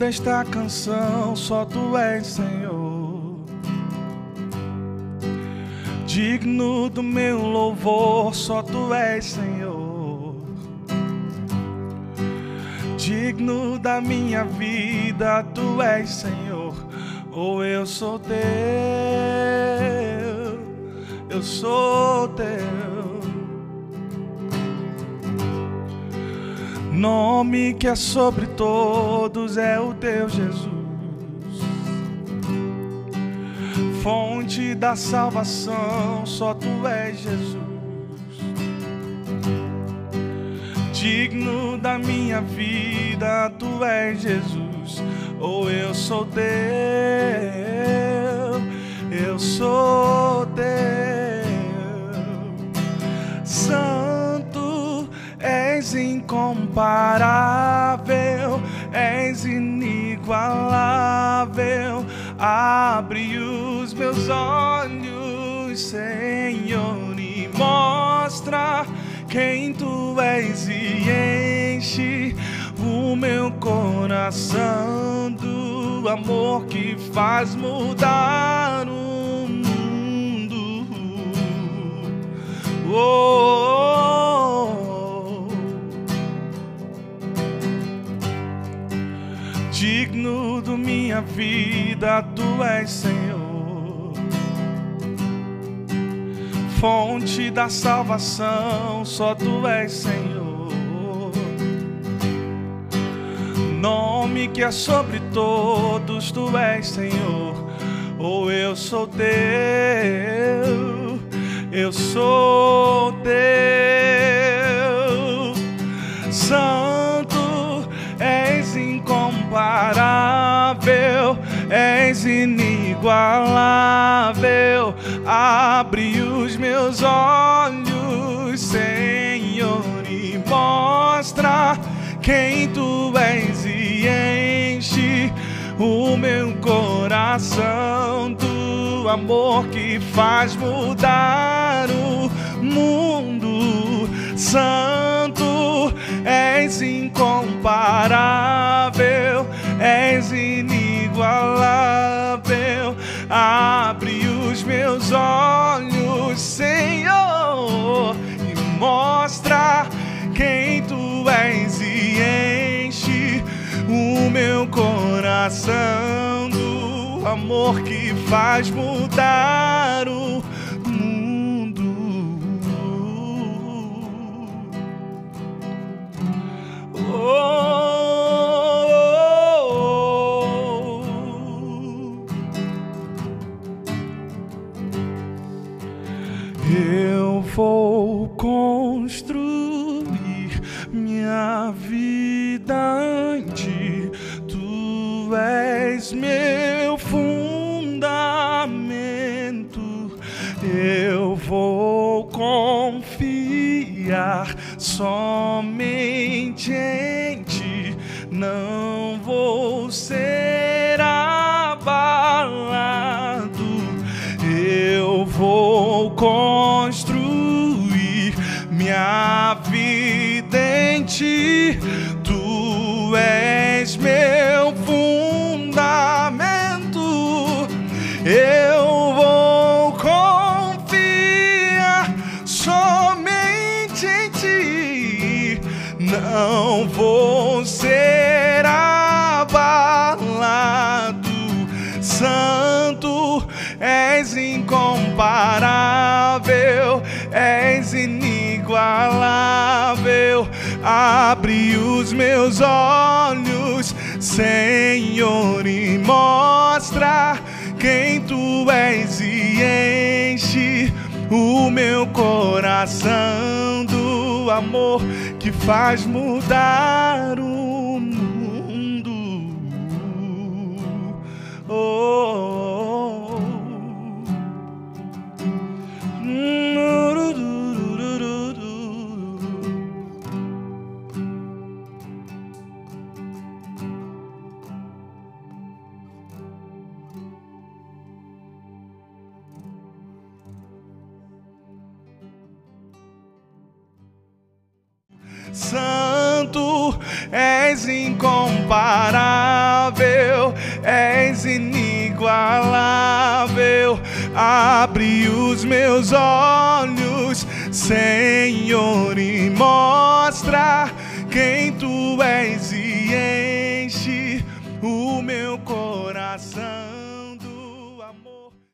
desta canção, só Tu és Senhor. Digno do meu louvor, só Tu és Senhor. Digno da minha vida, Tu és Senhor. Oh, eu sou Teu, eu sou Teu. Nome que é sobre todos é o Teu Jesus. Fonte da salvação, só Tu és Jesus. Digno da minha vida, Tu és Jesus. Oh, eu sou Teu, eu sou Teu. Santo, és incomparável, és inigualável. Abre os meus olhos, Senhor, e mostra quem Tu és, e enche o meu coração do amor que faz mudar o mundo. Oh, digno da minha vida, Tu és Senhor. Fonte da salvação, só Tu és Senhor. Nome que é sobre todos, Tu és Senhor. Oh, eu sou Teu, eu sou Teu. Santo, és incomparável, és inigualável. Abre os meus olhos, Senhor, e mostra quem Tu és, e enche o meu coração do amor que faz mudar o mundo. Santo, és incomparável, és inigualável. Abre os meus olhos, Senhor, e mostra quem Tu és, e enche o meu coração do amor que faz mudar o mundo. Oh, eu vou construir minha vida em Ti. Tu és meu fundamento. Eu vou confiar somente em Ti. Não vou ser abalado. Eu vou construir minha vida em Ti. Tu és meu fundamento. Eu vou confiar somente em Ti. Não vou ser abalado. Santo, és incomparável, és inigualável. Abre os meus olhos, Senhor, e mostra quem Tu és, e enche o meu coração do amor que faz mudar o mundo. Oh, Santo, és incomparável, és inigualável. Abre os meus olhos, Senhor, e mostra quem tu és, e enche o meu coração